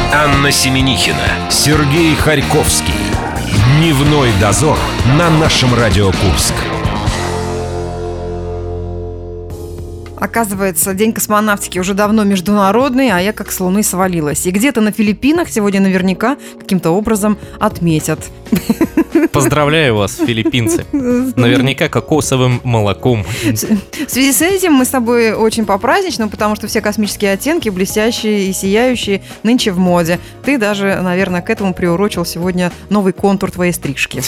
Анна Семенихина, Сергей Харьковский. Дневной дозор на нашем Радио Курск. Оказывается, День космонавтики уже давно международный, а я как с Луны свалилась. И где-то на Филиппинах сегодня наверняка каким-то образом отметят. Поздравляю вас, филиппинцы. Наверняка кокосовым молоком. В связи с этим мы с тобой очень по-праздничному, потому что все космические оттенки блестящие и сияющие нынче в моде. Ты даже, наверное, к этому приурочил сегодня новый контур твоей стрижки.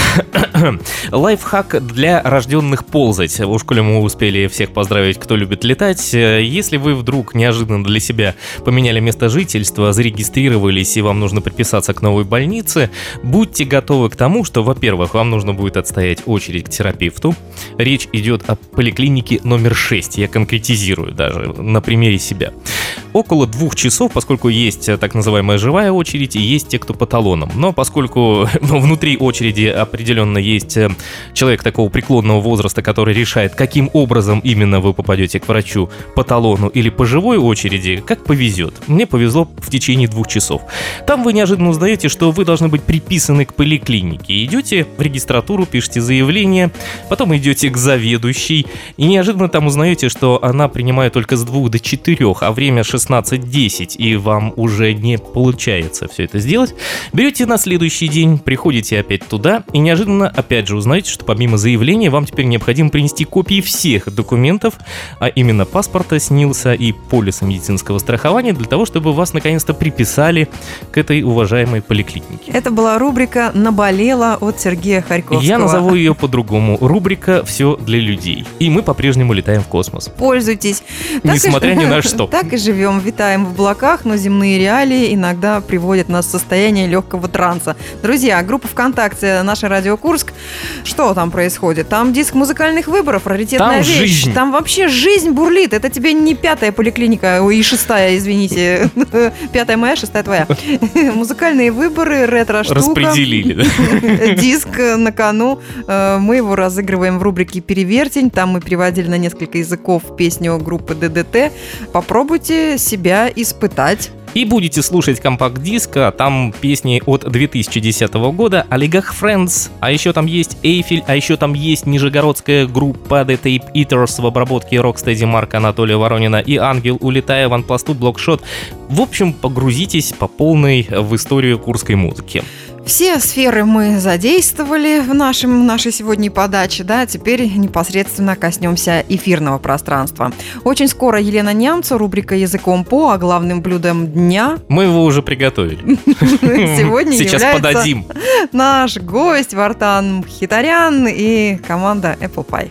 Лайфхак для рожденных ползать. Уж коли мы успели всех поздравить, кто любит летать. Если вы вдруг неожиданно для себя поменяли место жительства, зарегистрировались и вам нужно приписаться к новой больнице, будьте готовы к тому, что, во-первых, вам нужно будет отстоять очередь к терапевту. Речь идет о поликлинике номер 6. Я конкретизирую даже на примере себя. Около 2 часов, поскольку есть так называемая живая очередь и есть те, кто по талонам. Но поскольку внутри очереди определенно есть человек такого преклонного возраста, который решает, каким образом именно вы попадете к врачу, по талону или по живой очереди, как повезет. Мне повезло в течение 2 часов. Там вы неожиданно узнаете, что вы должны быть приписаны к поликлинике. Идете в регистратуру, пишете заявление, потом идете к заведующей, и неожиданно там узнаете, что она принимает только с 2 до 4, а время 16:10, и вам уже не получается все это сделать. Берете на следующий день, приходите опять туда, и неожиданно опять же узнаете, что помимо заявления вам теперь необходимо принести копии всех документов, а именно паспорта, СНИЛСа и полиса медицинского страхования, для того, чтобы вас наконец-то приписали к этой уважаемой поликлинике. Это была рубрика «Наболела» от Сергея Харьковского. Я назову ее по-другому. Рубрика «Все для людей». И мы по-прежнему летаем в космос. Пользуйтесь. Несмотря ни на что. Так и живем, витаем в облаках, но земные реалии иногда приводят нас в состояние легкого транса. Друзья, группа ВКонтакте «Наше Радио Курск». Что там происходит? Там диск музыкальных выборов, раритетная там вещь. Жизнь. Там вообще жизнь бурлит. Это тебе не 5-я поликлиника, ой, и 6-я, извините. 5-я моя, 6-я твоя. Музыкальные выборы, ретро-штука. Распределили. Диск на кону. Мы его разыгрываем в рубрике «Перевертень». Там мы переводили на несколько языков песню группы ДДТ. Попробуйте себя испытать. И будете слушать компакт-диск, а там песни от 2010 года, Олигах Friends, а еще там есть Эйфель, а еще там есть нижегородская группа The Tape Eaters в обработке Rocksteady Марка Анатолия Воронина и Ангел, улетая в анпласту Блокшот. В общем, погрузитесь по полной в историю курской музыки. Все сферы мы задействовали в нашей сегодня подаче, да, теперь непосредственно коснемся эфирного пространства. Очень скоро Елена Нямцу, рубрика «Языком по», а главным блюдом дня... Мы его уже приготовили. Сегодня сейчас является подадим. Наш гость Вартан Мхитарян и команда Apple Pie.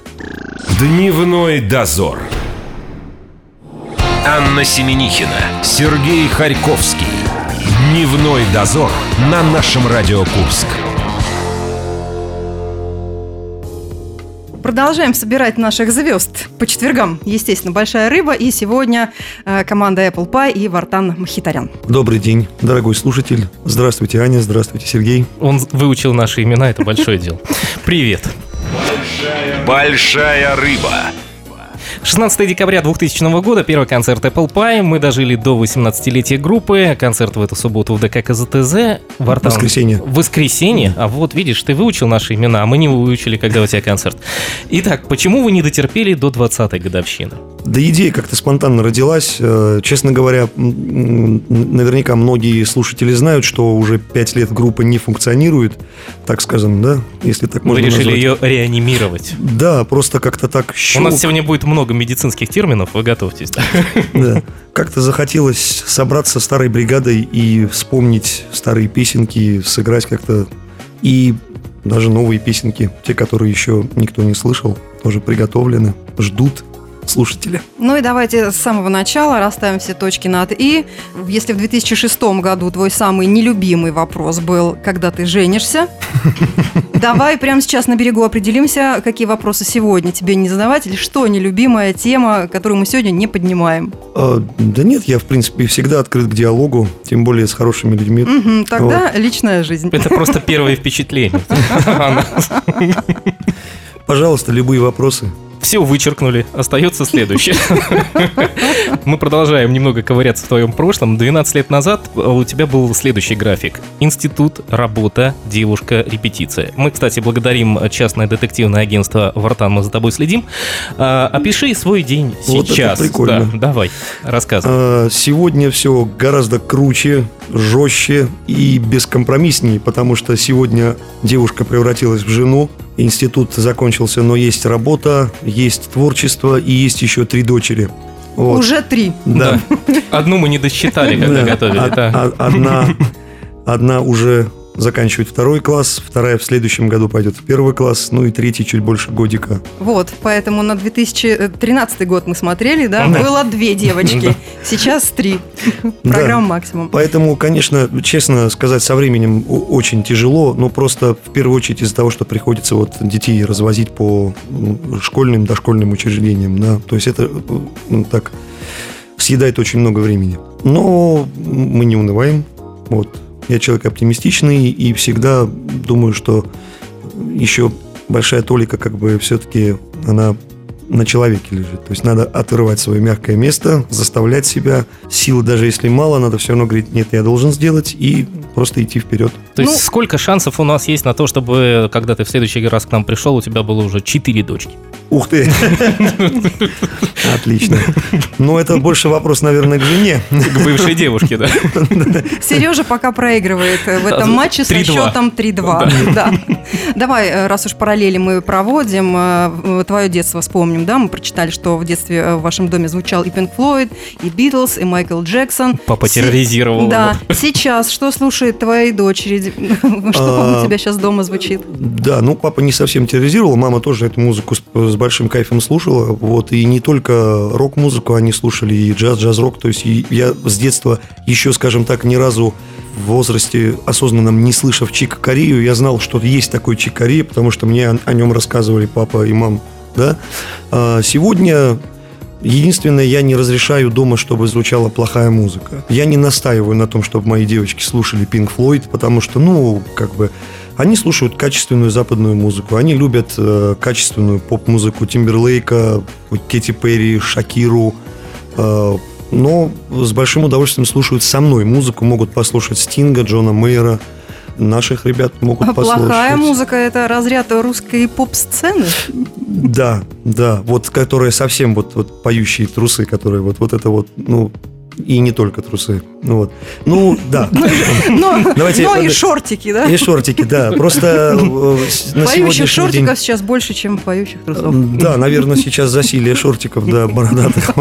Дневной дозор. Анна Семенихина, Сергей Харьковский. Дневной дозор на нашем Радио Курск. Продолжаем собирать наших звезд по четвергам. Естественно, «Большая рыба». И сегодня команда Apple Pie и Вартан Мхитарян. Добрый день, дорогой слушатель. Здравствуйте, Аня. Здравствуйте, Сергей. Он выучил наши имена, это большое дело. Привет. Большая рыба. 16 декабря 2000 года, первый концерт Apple Pie. Мы дожили до 18-летия группы. Концерт в эту субботу в ДК КЗТЗ. Вартан. Воскресенье? А вот, видишь, ты выучил наши имена, а мы не выучили, когда у тебя концерт. Итак, почему вы не дотерпели до 20-й годовщины? Да идея как-то спонтанно родилась. Честно говоря, наверняка многие слушатели знают, что уже 5 лет группа не функционирует, так скажем, да? Если так можно назвать. Вы решили ее реанимировать? Да, просто как-то так щелк. У нас сегодня будет много медицинских терминов, вы готовьтесь. Да. Как-то захотелось собраться старой бригадой и вспомнить старые песенки, сыграть как-то. И даже новые песенки, те, которые еще никто не слышал, тоже приготовлены, ждут слушателя. Ну и давайте с самого начала расставим все точки над «и». Если в 2006 году твой самый нелюбимый вопрос был «когда ты женишься?», давай прямо сейчас на берегу определимся, какие вопросы сегодня тебе не задавать, или что нелюбимая тема, которую мы сегодня не поднимаем. Да нет, я, в принципе, всегда открыт к диалогу, тем более с хорошими людьми. Тогда личная жизнь. Это просто первое впечатление. Пожалуйста, любые вопросы. Все вычеркнули, остается следующее. Мы продолжаем немного ковыряться в твоем прошлом. 12 лет назад у тебя был следующий график. Институт, работа, девушка, репетиция. Мы, кстати, благодарим частное детективное агентство «Вартан», мы за тобой следим. Опиши свой день сейчас. Вот это прикольно. Да, давай, рассказывай. Сегодня все гораздо круче, жестче и бескомпромисснее, потому что сегодня девушка превратилась в жену. Институт закончился, но есть работа, есть творчество и есть еще 3 дочери. Вот. Уже 3. Да. Одну мы не досчитали, когда готовили. Одна уже заканчивает 2 класс, 2 в следующем году пойдет в 1 класс, ну и 3 чуть больше годика. Вот, поэтому на 2013 год мы смотрели, да, было 2 девочки, сейчас 3. Программа максимум. Поэтому, конечно, честно сказать, со временем очень тяжело, но просто в первую очередь из-за того, что приходится вот детей развозить по школьным, дошкольным учреждениям, да, то есть это так съедает очень много времени. Но мы не унываем, вот. Я человек оптимистичный и всегда думаю, что еще большая толика как бы все-таки она на человеке лежит. То есть надо отрывать свое мягкое место, заставлять себя. Силы даже если мало, надо все равно говорить, нет, я должен сделать и просто идти вперед. То есть сколько шансов у нас есть на то, чтобы, когда ты в следующий раз к нам пришел, у тебя было уже 4 дочки? Ух ты! Отлично. Но это больше вопрос, наверное, к жене. К бывшей девушке, да. Сережа пока проигрывает в этом матче со счетом 3-2. Да. Давай, раз уж параллели мы проводим, твое детство вспомним, да? Мы прочитали, что в детстве в вашем доме звучал и Pink Floyd, и Beatles, и Майкл Джексон. Папа терроризировал. Да. Сейчас что слушает твои дочери? Что у тебя сейчас дома звучит? Да, ну папа не совсем терроризировал, мама тоже эту музыку с большим кайфом слушала, вот, и не только рок-музыку они слушали, и джаз-рок, то есть я с детства еще, скажем так, ни разу в возрасте осознанном не слышав Чика Корею, я знал, что есть такой Чик Корея, потому что мне о нем рассказывали папа и мама, да. Сегодня единственное, я не разрешаю дома, чтобы звучала плохая музыка. Я не настаиваю на том, чтобы мои девочки слушали Pink Floyd, потому что, они слушают качественную западную музыку. Они любят качественную поп-музыку Тимберлейка, Кэти Перри, Шакиру. Но с большим удовольствием слушают со мной музыку. Могут послушать Стинга, Джона Мейера. Наших ребят могут послушать. Плохая музыка – это разряд русской поп-сцены? Да. Вот, которые совсем вот поющие трусы, которые вот это вот, и не только трусы. Да. Но и шортики, да? И шортики, да. Просто на поющих шортиков сейчас больше, чем поющих трусов. Да, наверное, сейчас засилие шортиков, да, бородатых.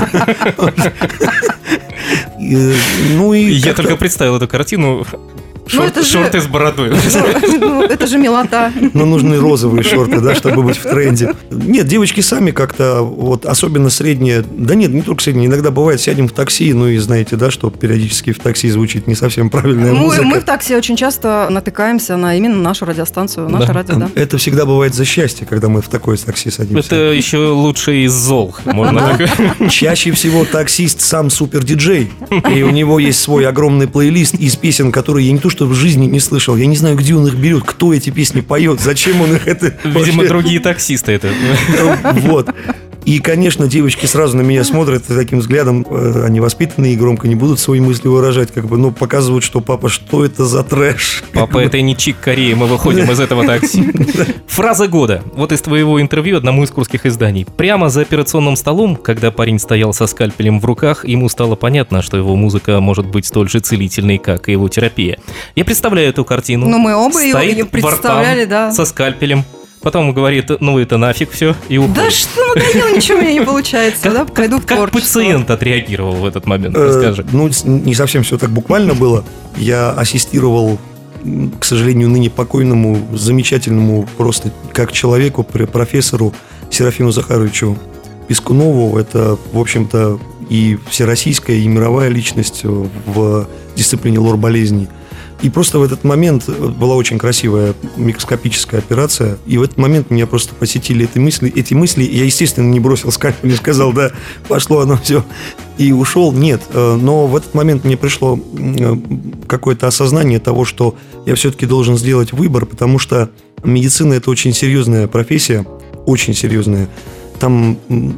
Я только представил эту картину. Шорты с бородой. Это же милота. Но нужны розовые шорты, да, чтобы быть в тренде. Нет, девочки сами как-то, вот особенно средние, да нет, не только средние, иногда бывает, сядем в такси, и знаете, да, что периодически в такси звучит не совсем правильная музыка. Мы в такси очень часто натыкаемся на именно нашу радиостанцию, наше радио, да. Это всегда бывает за счастье, когда мы в такое такси садимся. Это еще лучше из зол. Чаще всего таксист сам супер-диджей, и у него есть свой огромный плейлист из песен, которые я не то что в жизни не слышал. Я не знаю, где он их берет, кто эти песни поет, зачем он их это... Видимо, другие таксисты это. Вот. И, конечно, девочки сразу на меня смотрят таким взглядом, они воспитанные и громко не будут свои мысли выражать, показывают, что папа, что это за трэш? Папа, это не Чик Корея, мы выходим из этого такси. Фраза года. Вот из твоего интервью одному из курских изданий. Прямо за операционным столом, когда парень стоял со скальпелем в руках, ему стало понятно, что его музыка может быть столь же целительной, как и его терапия. Я представляю эту картину. Но мы оба ее представляли, да. Со скальпелем. Потом говорит, это нафиг все, и уходит. Да что надоело, ничего у меня не получается, да, пойду в творчество. Как пациент отреагировал в этот момент, расскажи. Не совсем все так буквально было. Я ассистировал, к сожалению, ныне покойному, замечательному просто как человеку, профессору Серафиму Захаровичу Пискунову. Это, в общем-то, и всероссийская, и мировая личность в дисциплине лор-болезней. И просто в этот момент была очень красивая микроскопическая операция, и в этот момент меня просто посетили эти мысли. Я, естественно, не бросил скальпель, не сказал, да, пошло оно все, и ушел. Нет, но в этот момент мне пришло какое-то осознание того, что я все-таки должен сделать выбор, потому что медицина – это очень серьезная профессия, очень серьезная. Там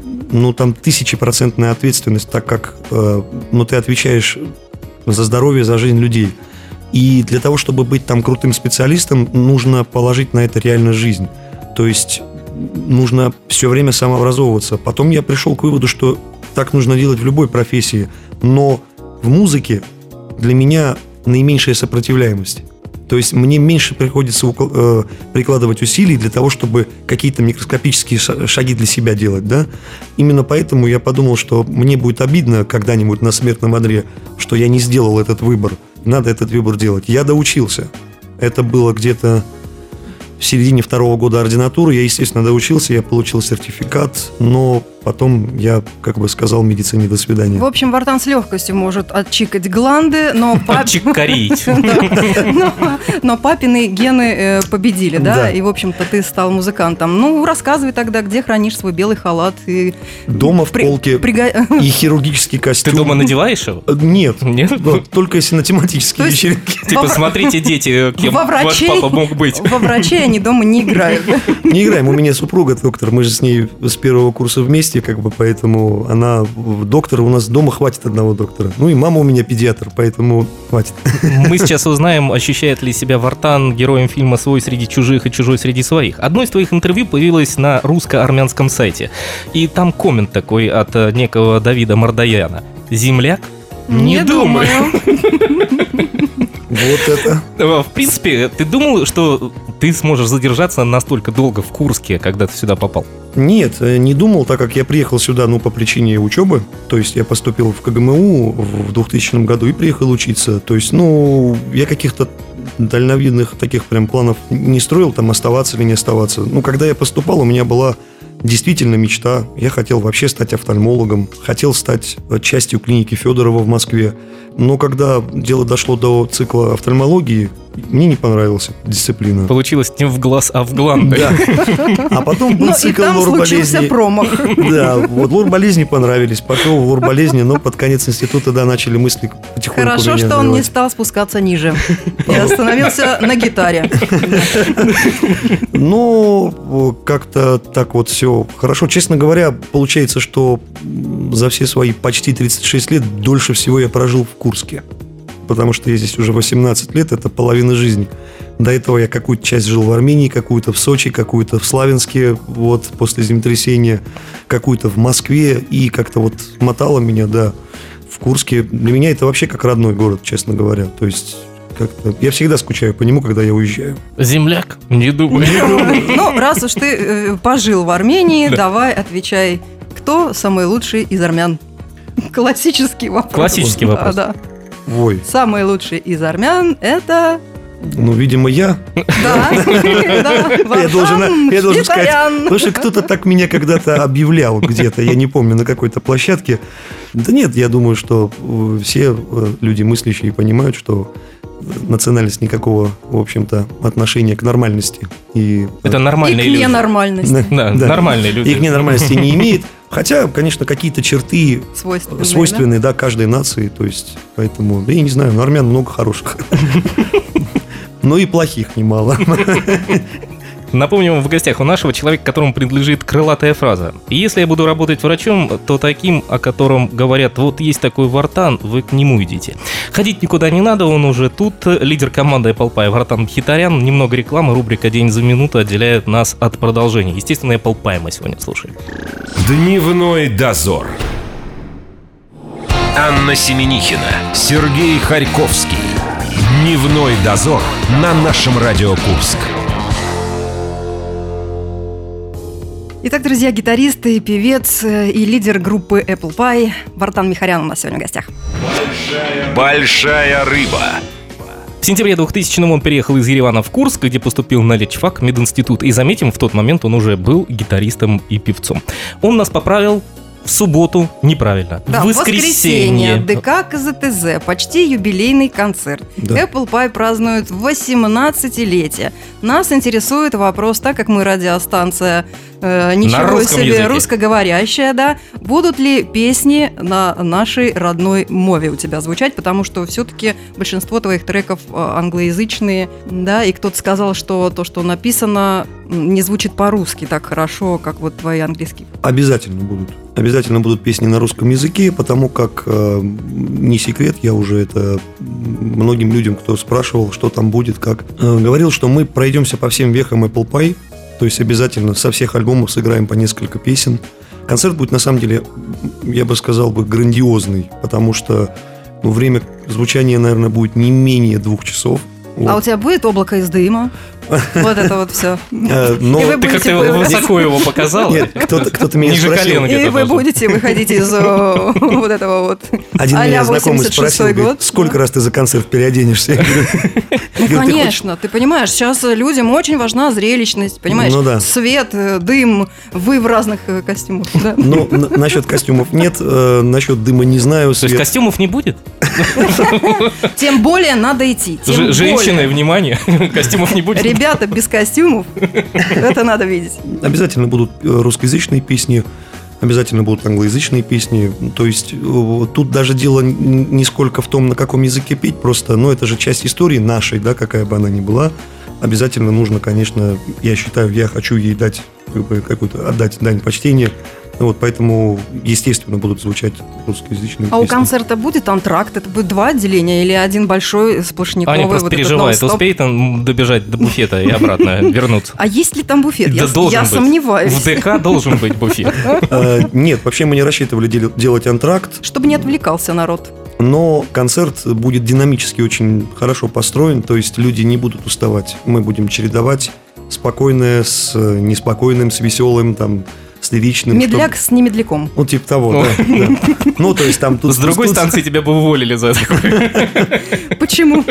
1000% ответственность, так как ты отвечаешь за здоровье, за жизнь людей. И для того, чтобы быть там крутым специалистом, нужно положить на это реально жизнь. То есть нужно все время самообразовываться. Потом я пришел к выводу, что так нужно делать в любой профессии. Но в музыке для меня наименьшая сопротивляемость. То есть мне меньше приходится прикладывать усилий для того, чтобы какие-то микроскопические шаги для себя делать, да? Именно поэтому я подумал, что мне будет обидно когда-нибудь на смертном одре, что я не сделал этот выбор. Надо этот выбор делать. Я доучился. Это было где-то в середине 2-го года ординатуры. Я, естественно, доучился, я получил сертификат, но потом я, сказал медицине «до свидания». В общем, Вартан с легкостью может отчикать гланды, но отчикарить. Но папины гены победили, да? Да. И, в общем-то, ты стал музыкантом. Ну, рассказывай тогда, где хранишь свой белый халат. Дома в полке и хирургический костюм. Ты дома надеваешь его? Нет. Нет? Только если на тематические вечеринки. Типа, смотрите, дети, кем ваш папа мог быть. Во врачей они дома не играют. Не играем. У меня супруга доктор. Мы же с ней с первого курса вместе, поэтому она доктор. У нас дома хватит одного доктора. Ну и мама у меня педиатр, поэтому хватит. Мы сейчас узнаем, ощущает ли себя Вартан героем фильма «Свой среди чужих и чужой среди своих». Одно из твоих интервью появилось на русско-армянском сайте. И там коммент такой от некого Давида Мардаяна. «Земляк? Не думаю». Вот это. В принципе, ты думал, что ты сможешь задержаться настолько долго в Курске, когда ты сюда попал? Нет, не думал, так как я приехал сюда, по причине учебы. То есть я поступил в КГМУ в 2000 году и приехал учиться. То есть, я каких-то дальновидных таких прям планов не строил, там оставаться или не оставаться. Когда я поступал, у меня была действительно мечта. Я хотел вообще стать офтальмологом, хотел стать частью клиники Федорова в Москве. Но когда дело дошло до цикла офтальмологии, мне не понравилась дисциплина. Получилось не в глаз, а в гланды. Да. А потом был цикл лор-болезни. И там случился промах. Да, лор-болезни понравились. Пошел в лор-болезни, но под конец института, начали мысли потихоньку меня Хорошо, что он не стал спускаться ниже и остановился на гитаре. Как-то так вот все хорошо. Честно говоря, получается, что за все свои почти 36 лет дольше всего я прожил в Курске. Потому что я здесь уже 18 лет, это половина жизни. До этого я какую-то часть жил в Армении, какую-то в Сочи, какую-то в Славянске, после землетрясения, какую-то в Москве. И как-то мотало меня, в Курске. Для меня это вообще как родной город, честно говоря. То есть как-то я всегда скучаю по нему, когда я уезжаю. Земляк? Не думаю. Раз уж ты пожил в Армении, давай отвечай, кто самый лучший из армян? Классический вопрос. Классический вопрос. Да. Ой. Самый лучший из армян – это… видимо, я. Да, Я должен сказать, потому что кто-то так меня когда-то объявлял где-то, я не помню, на какой-то площадке. Да нет, я думаю, что все люди мыслящие понимают, что национальность никакого, в общем-то, отношения к нормальности. Это нормальные люди. И к ненормальности. Да, нормальные люди. И к ненормальности не имеет. Хотя, конечно, какие-то черты свойственные, каждой нации. То есть, поэтому, я не знаю, армян много хороших. Но и плохих немало. Напомним, в гостях у нашего человека, которому принадлежит крылатая фраза. Если я буду работать врачом, то таким, о котором говорят, есть такой Вартан, вы к нему идите. Ходить никуда не надо, он уже тут. Лидер команды Apple Pie Вартан Мхитарян. Немного рекламы, рубрика «День за минуту» отделяет нас от продолжения. Естественно, Apple Pie мы сегодня слушаем. Дневной дозор. Анна Семенихина, Сергей Харьковский. Дневной дозор на нашем Радио Курск. Итак, друзья, гитарист и певец и лидер группы Apple Pie Вартан Мхитарян у нас сегодня в гостях. Большая рыба. В сентябре 2000-м он переехал из Еревана в Курск, где поступил на лечфак, мединститут. И заметим, в тот момент он уже был гитаристом и певцом. Он нас поправил В субботу неправильно. Да, В воскресенье. ДК КЗТЗ. Почти юбилейный концерт. Да. Apple Pie празднует 18-летие. Нас интересует вопрос, так как мы радиостанция ничего русском себе языке. русскоговорящая, да, будут ли песни на нашей родной мове у тебя звучать, потому что все-таки большинство твоих треков англоязычные, да, и кто-то сказал, что то, что написано, не звучит по-русски так хорошо, как вот твои английские. Обязательно будут. Обязательно будут песни на русском языке, потому как, не секрет, я уже это многим людям, кто спрашивал, что там будет, как, говорил, что мы пройдемся по всем вехам Apple Pie, то есть обязательно со всех альбомов сыграем по несколько песен. Концерт будет, на самом деле, я бы сказал, грандиозный, потому что время звучания, наверное, будет не менее 2 часов. Вот. А у тебя будет облако из дыма? Вот это вот все. Но И вы Ты как-то будете- высоко его показал. нет, кто-то меня Ниже спросил. колена И где-то вы должен. будете выходить из вот этого вот Один а-ля меня знакомый 86-й спросил, говорит, год. сколько раз ты за концерт переоденешься? Я говорю, Ну, говорю, «Ты хочешь?» конечно, ты понимаешь, сейчас людям очень важна зрелищность, понимаешь? Ну да. Свет, дым, вы в разных костюмах, да? Ну, насчет костюмов нет, насчет дыма не знаю. То есть Свет. костюмов не будет? Тем более надо идти. тем более. Женщины, внимание, костюмов не будет. Ребята без костюмов, это надо видеть. Обязательно будут русскоязычные песни, обязательно будут англоязычные песни. То есть тут даже дело не сколько в том, на каком языке петь, просто, это же часть истории нашей, да, какая бы она ни была. Обязательно нужно, конечно, я считаю, я хочу ей дать какую-то отдать дань почтения. Вот, поэтому, естественно, будут звучать русскоязычные А у песни. концерта будет антракт? Это будет 2 отделения или один большой сплошняковый? Аня просто вот этот переживает, нон-стоп? успеет он добежать до буфета и обратно вернуться. А есть ли там буфет? Да должен Я быть. сомневаюсь. В ДК должен быть буфет. Нет, вообще мы не рассчитывали делать антракт. Чтобы не отвлекался народ. Но концерт будет динамически очень хорошо построен, то есть люди не будут уставать. Мы будем чередовать спокойное с неспокойным, с веселым, там, с лиричным. Медляк с немедляком. Ну, типа того, да. Ну, то есть там тут... С другой станции тебя бы уволили за такое Почему?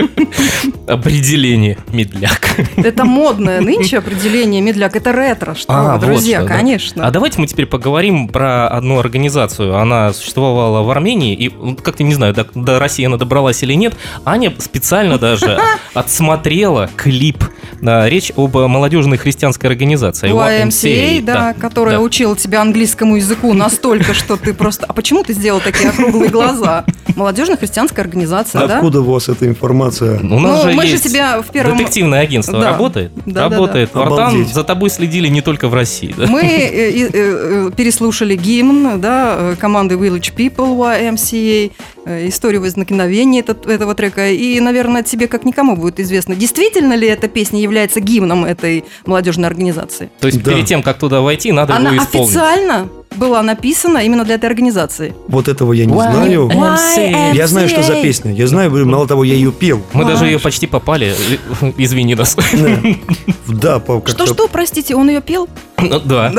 определение медляк. Это модное нынче определение медляк. Это ретро, что вы, Вот друзья, что, да. конечно. А давайте мы теперь поговорим про одну организацию. Она существовала в Армении, и как-то не знаю, до России она добралась или нет. Аня специально даже отсмотрела клип. Речь об молодежной христианской организации. YMCA, да, которая учила тебя английскому языку настолько, что ты просто... А почему ты сделал такие округлые глаза? Молодежная христианская организация, да? Откуда у вас эта информация? У нас же мы же есть тебя в первом... детективное агентство. Да. Работает? Да, да, Работает. да. Вартан, Обалдеть. за тобой следили не только в России. Да? Мы переслушали гимн, да, команды Village People YMCA, историю возникновения этого трека. И, наверное, тебе как никому будет известно, действительно ли эта песня является гимном этой молодежной организации. То есть Да. перед тем, как туда войти, надо Она его исполнить. официально была написана именно для этой организации. Вот этого я не знаю. YMCA. Я знаю, что за песня. Я знаю, мало того, я ее пел. Мы даже ее почти попали. Извини нас. Да, как-то... Что, простите, он ее пел? Ну, да.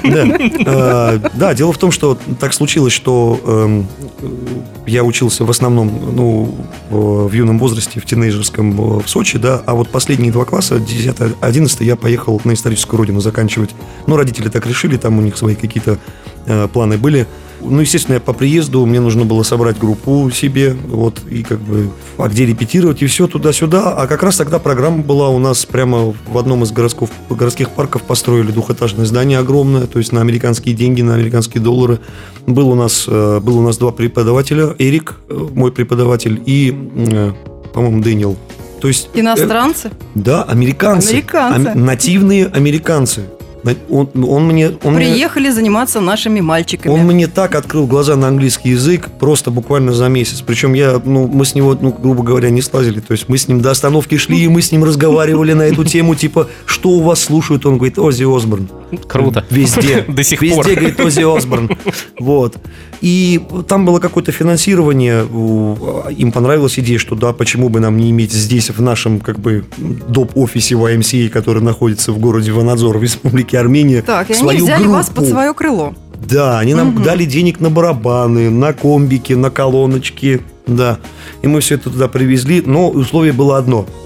Да, дело в том, что так случилось, что я учился в основном, в юном возрасте, в тинейджерском в Сочи, да, а вот последние 2 класса, 10-11, я поехал на историческую родину заканчивать. Ну, родители так решили, там у них свои какие-то планы были. Ну, естественно, я по приезду, мне нужно было собрать группу себе, вот, и как бы, а где репетировать, и все туда-сюда. А как раз тогда программа была у нас прямо в одном из городских парков, построили двухэтажное здание огромное, то есть на американские деньги, на американские доллары. Был у нас 2 преподавателя, Эрик, мой преподаватель, и, по-моему, Дэниел. То есть, Иностранцы? да, американцы. Американцы. Нативные американцы. Он мне Приехали заниматься нашими мальчиками. Он мне так открыл глаза на английский язык просто буквально за месяц. Причем мы с него, грубо говоря, не слазили. То есть мы с ним до остановки шли, и мы с ним разговаривали на эту тему, типа, что у вас слушают? Он говорит, Оззи Осборн. Круто. Везде. До сих Везде, пор. говорит, Оззи Осборн. Вот. И там было какое-то финансирование. Им понравилась идея, что да, почему бы нам не иметь здесь, в нашем, как бы, доп-офисе YMCA, который находится в городе Ванадзор в Республике Армения, Так, и они свою взяли вас группу. под свое крыло. Да, они нам дали денег на барабаны, на комбики, на колоночки, да. И мы все это туда привезли, но условие было одно.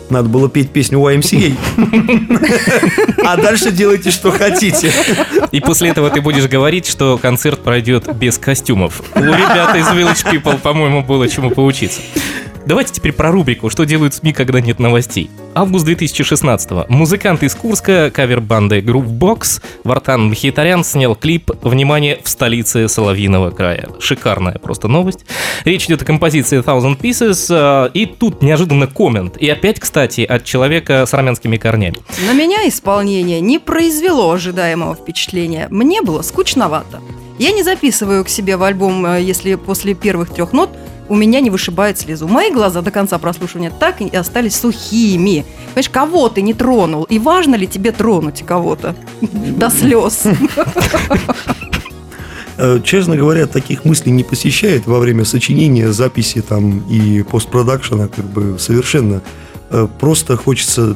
Надо было петь песню YMCA. А дальше делайте, что хотите. И после этого ты будешь говорить, что концерт пройдет без костюмов. У ребят из Village People, по-моему, было чему поучиться. Давайте теперь про рубрику «Что делают СМИ, когда нет новостей?». Август 2016-го. Музыкант из Курска, кавер-банды Groovebox, Вартан Мхитарян снял клип «Внимание» в столице Соловьиного края. Шикарная просто новость. Речь идет о композиции Thousand Pieces, и тут неожиданно коммент. И опять, кстати, от человека с армянскими корнями. На меня исполнение не произвело ожидаемого впечатления. Мне было скучновато. Я не записываю к себе в альбом, если после первых 3 нот у меня не вышибает слезу. Мои глаза до конца прослушивания так и остались сухими. Понимаешь, кого ты не тронул? И важно ли тебе тронуть кого-то до слез? Честно говоря, таких мыслей не посещает во время сочинения, записи там и постпродакшена, как бы совершенно. Просто хочется,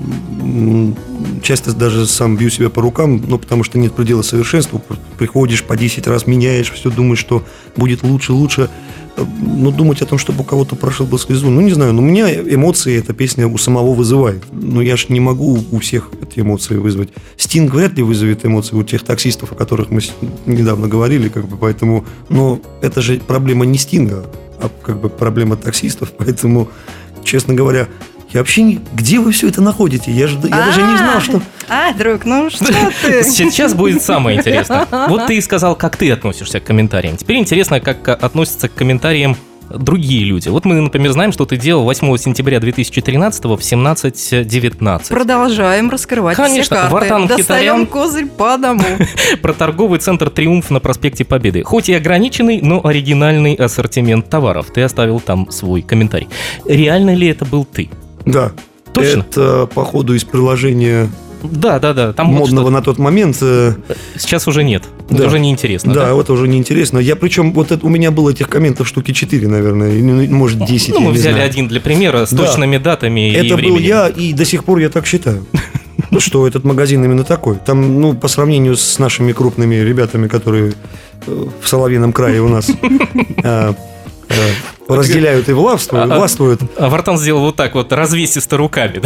часто даже сам бью себя по рукам, ну, потому что нет предела совершенству. Приходишь, по 10 раз меняешь, все думаешь, что будет лучше. Но думать о том, чтобы у кого-то прошел бы слезу, ну, не знаю, но у меня эмоции эта песня у самого вызывает. Но я же не могу у всех эти эмоции вызвать. Стинг вряд ли вызовет эмоции у тех таксистов, о которых мы недавно говорили, как бы, поэтому, но это же проблема не Стинга, а как бы проблема таксистов, поэтому, честно говоря, я вообще где вы все это находите? Я даже не знал, что... Друг, ну что ты? Сейчас будет самое интересное. Вот ты и сказал, как ты относишься к комментариям. Теперь интересно, как относятся к комментариям другие люди. Вот мы, например, знаем, что ты делал 8 сентября 2013 в 17:19. Продолжаем раскрывать Конечно, все карты. Вартан Мхитарян. Достаем козырь по дому. Про торговый центр «Триумф» на проспекте Победы. Хоть и ограниченный, но оригинальный ассортимент товаров. Ты оставил там свой комментарий. Реально ли это был ты? Да. Точно? Это, походу, из приложения... Да. Там модного на тот момент. Сейчас уже нет. Да. Это уже неинтересно. Да, это уже неинтересно. Я причем, вот это, у меня было этих комментов штуки 4, наверное, может 10. Ну, мы взяли один для примера с точными датами и временем. Это был я, и до сих пор я так считаю. Что этот магазин именно такой. Там, ну, по сравнению с нашими крупными ребятами, которые в Соловьином крае у нас разделяют и властвуют. А Вартан сделал вот так вот, развесисто руками.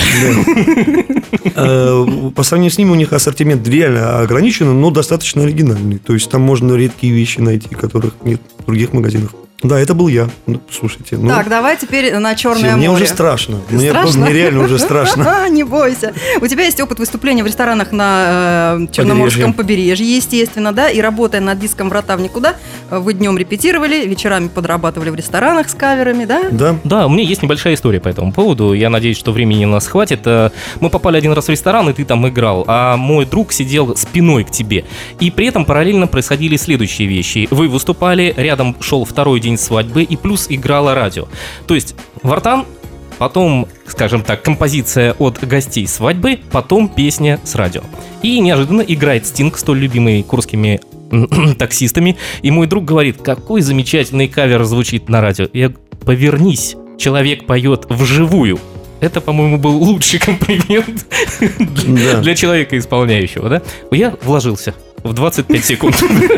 По сравнению с ними у них ассортимент реально ограничен, но достаточно оригинальный. То есть там можно редкие вещи найти, которых нет в других магазинах. Да, это был я. Ну, слушайте. Ну, так, давай теперь на Черное море. Мне уже страшно. Мне реально уже страшно. Не бойся. У тебя есть опыт выступления в ресторанах на Черноморском побережье, естественно, да? И работая над диском «Врата в никуда», вы днем репетировали, вечерами подрабатывали в ресторанах с каверами, да? Да. Да, у меня есть небольшая история по этому поводу. Я надеюсь, что времени у нас хватит. Мы попали один раз в ресторан, и ты там играл, а мой друг сидел спиной к тебе. И при этом параллельно происходили следующие вещи. Вы выступали, рядом шел второй день свадьбы, и плюс играло радио. То есть Вартан, потом, скажем так, композиция от гостей свадьбы, потом песня с радио. И неожиданно играет Стинг, столь любимый курскими таксистами, и мой друг говорит: какой замечательный кавер звучит на радио. Я говорю: повернись, человек поет вживую. Это, по-моему, был лучший комплимент для человека, исполняющего, да? Я вложился в 25 секунд.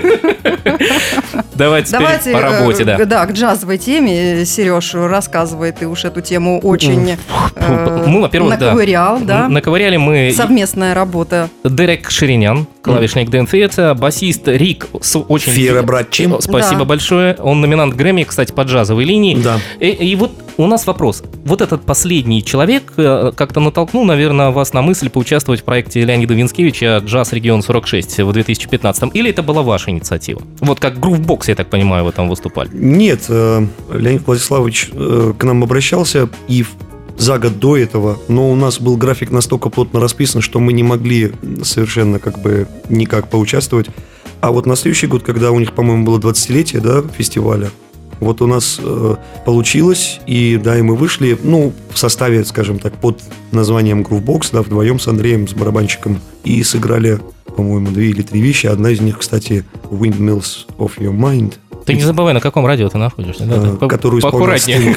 Давайте по работе, да. Да, к джазовой теме Сереж рассказывает, и уж эту тему очень наковырял, да. Наковыряли мы... Совместная работа. Дерек Ширинян, клавишник Дэн Фиета, басист Рик с очень... Фера, братчим. Спасибо большое. Он номинант Грэмми, кстати, по джазовой линии. Да. И вот у нас вопрос. Вот этот последний человек как-то натолкнул, наверное, вас на мысль поучаствовать в проекте Леонида Винскевича «Джаз Регион 46» в 2015-м. Или это была ваша инициатива? Вот как Groovebox, я так понимаю, вы там выступали. Нет, Леонид Владиславович к нам обращался и за год до этого, но у нас был график настолько плотно расписан, что мы не могли совершенно как бы никак поучаствовать. А вот на следующий год, когда у них, по-моему, было 20-летие, да, фестиваля, вот у нас получилось, и да, и мы вышли, ну, в составе, скажем так, под названием Groovebox, да, вдвоем с Андреем, с барабанщиком, и сыграли, по-моему, 2 или 3 вещи. Одна из них, кстати, Windmills of Your Mind. Ты не забывай, на каком радио ты находишься, да? Которую исполнял Стинг.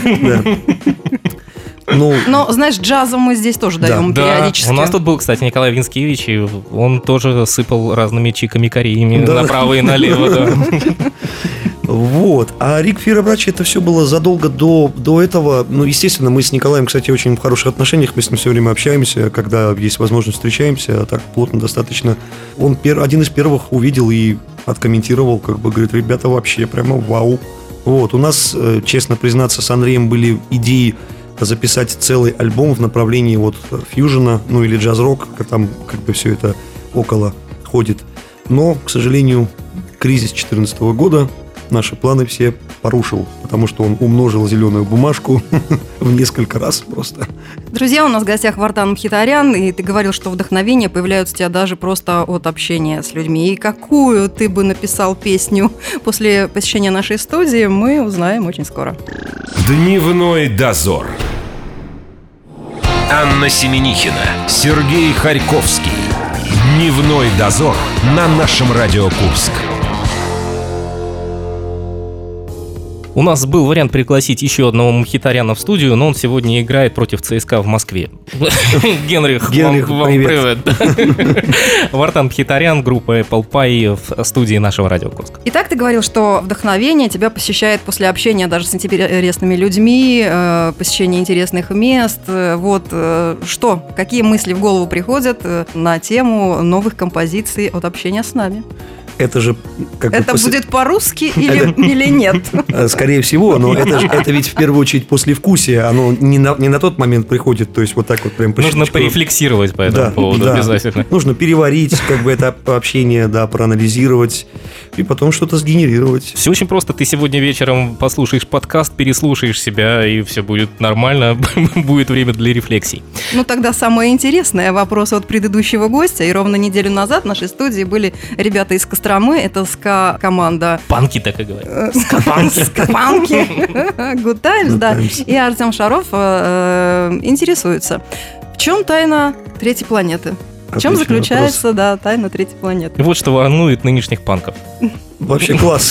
Но, знаешь, джазом мы здесь тоже даем периодически. У нас тут был, кстати, Николай Винскевич, и он тоже сыпал разными чиками-кореями направо и налево. Вот. А Рик Фейербрач, это все было задолго до этого. Ну, естественно, мы с Николаем, кстати, очень в хороших отношениях. Мы с ним все время общаемся, когда есть возможность, встречаемся. А так плотно достаточно. Он один из первых увидел и откомментировал, как бы, говорит, ребята, вообще прямо вау. Вот. У нас, честно признаться, с Андреем были идеи записать целый альбом в направлении вот фьюжена, ну или джаз-рок, там как бы все это около ходит. Но, к сожалению, кризис 2014 года наши планы все порушил, потому что он умножил зеленую бумажку в несколько раз просто. Друзья, у нас в гостях Вартан Мхитарян, и ты говорил, что вдохновение появляется у тебя даже просто от общения с людьми. И какую ты бы написал песню после посещения нашей студии, мы узнаем очень скоро. Дневной дозор. Анна Семенихина, Сергей Харьковский. Дневной дозор на нашем Радио Курск. У нас был вариант пригласить еще одного Мхитаряна в студию, но он сегодня играет против ЦСКА в Москве. Генрих, вам привет. Вартан Мхитарян, группа Apple Pie в студии нашего Радио Курск. Итак, ты говорил, что вдохновение тебя посещает после общения даже с интересными людьми, посещения интересных мест. Вот что, какие мысли в голову приходят на тему новых композиций от общения с нами? Это же как это бы будет по-русски или нет? Скорее всего, но это ведь в первую очередь послевкусие, оно не на тот момент приходит, то есть вот так вот прям по Нужно щелчку. порефлексировать по этому поводу обязательно. Нужно переварить как бы это общение, да, проанализировать и потом что-то сгенерировать. Все очень просто. Ты сегодня вечером послушаешь подкаст, переслушаешь себя, и все будет нормально. Будет время для рефлексий. Ну тогда самое интересное вопрос от предыдущего гостя. И ровно неделю назад в нашей студии были ребята из Костромы. Это ска-команда. Панки так и говорят. Ска-панки. Good Times, да. И Артем Шаров интересуется. В чем тайна третьей планеты? В чем заключается, да, тайна третьей планеты? Вот что волнует нынешних панков. Вообще класс.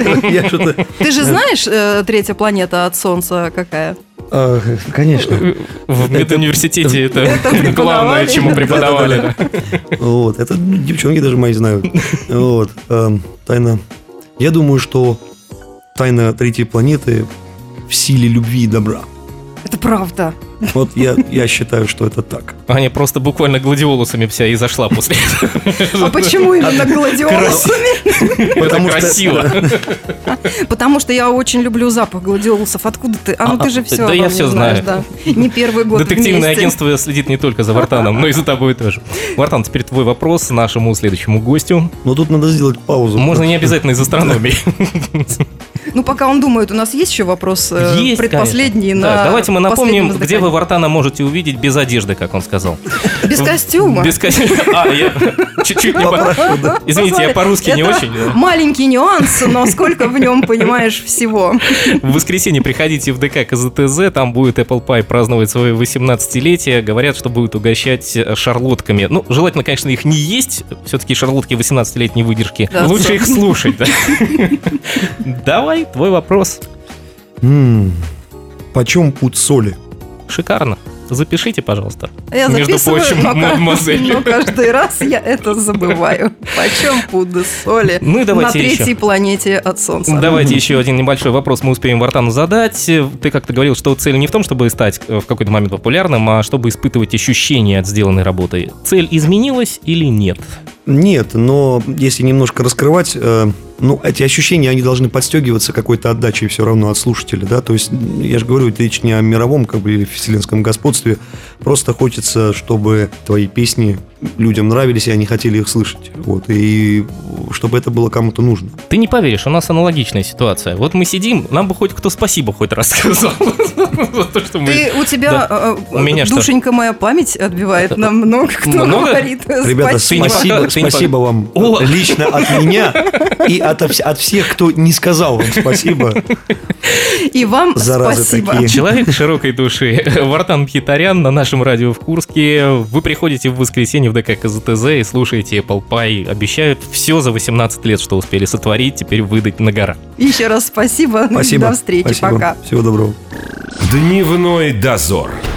Ты же знаешь, третья планета от Солнца какая? Конечно. В медуниверситете это главное, чему преподавали. Вот, это девчонки даже мои знают. Вот, тайна. Я думаю, что тайна третьей планеты в силе любви и добра. Это правда. Вот я считаю, что это так. Аня просто буквально гладиолусами вся и зашла после этого. А почему именно гладиолусами? Это красиво. Потому что я очень люблю запах гладиолусов. Откуда ты? Ну ты же все. Да я все знаю. Не первый год Детективное вместе. агентство следит не только за Вартаном, но и за тобой тоже. Вартан, теперь твой вопрос нашему следующему гостю. Но тут надо сделать паузу. Можно не обязательно из астрономии. Ну, пока он думает, у нас есть еще вопрос предпоследний. Давайте мы напомним, где вы Вартана можете увидеть без одежды, как он сказал. Без костюма. Без костюма. Я чуть-чуть не попрошу. Извините, я по-русски не очень. Маленький нюанс, но сколько в нем понимаешь всего. В воскресенье приходите в ДК КЗТЗ, там будет Apple Pie праздновать свое 18-летие. Говорят, что будет угощать шарлотками. Ну, желательно, конечно, их не есть. Все-таки шарлотки 18-летней выдержки. Да, лучше их слушать. Давай, твой вопрос. Почем пуд соли? Шикарно. Запишите, пожалуйста. Я Между записываю, прочим, мадемуазель. но каждый раз я это забываю. Почем пуд соли Ну и давайте на третьей еще. планете от Солнца? Давайте еще один небольшой вопрос мы успеем Вартану задать. Ты как-то говорил, что цель не в том, чтобы стать в какой-то момент популярным, а чтобы испытывать ощущения от сделанной работы. Цель изменилась или нет? Нет, но если немножко раскрывать, эти ощущения, они должны подстегиваться какой-то отдачей все равно от слушателя, да, то есть, я же говорю, речь не о мировом, как бы, или вселенском господстве, просто хочется, чтобы твои песни людям нравились, и они хотели их слышать, вот, и чтобы это было кому-то нужно. Ты не поверишь, у нас аналогичная ситуация. Вот мы сидим, нам бы хоть кто спасибо хоть раз сказал за то, что мы... У тебя, У меня что? душенька моя, память отбивает, нам много кто Много? говорит. Ребята, спасибо. спасибо вам О! лично от меня и от всех, кто не сказал вам спасибо. И вам Заразы спасибо. такие. Человек широкой души. Вартан Мхитарян на нашем радио в Курске. Вы приходите в воскресенье в ДК КЗТЗ и слушаете Apple Pie. Обещают все за 18 лет, что успели сотворить, теперь выдать на гора. Еще раз спасибо. Спасибо. До встречи. Спасибо. Пока. Всего доброго. Дневной дозор.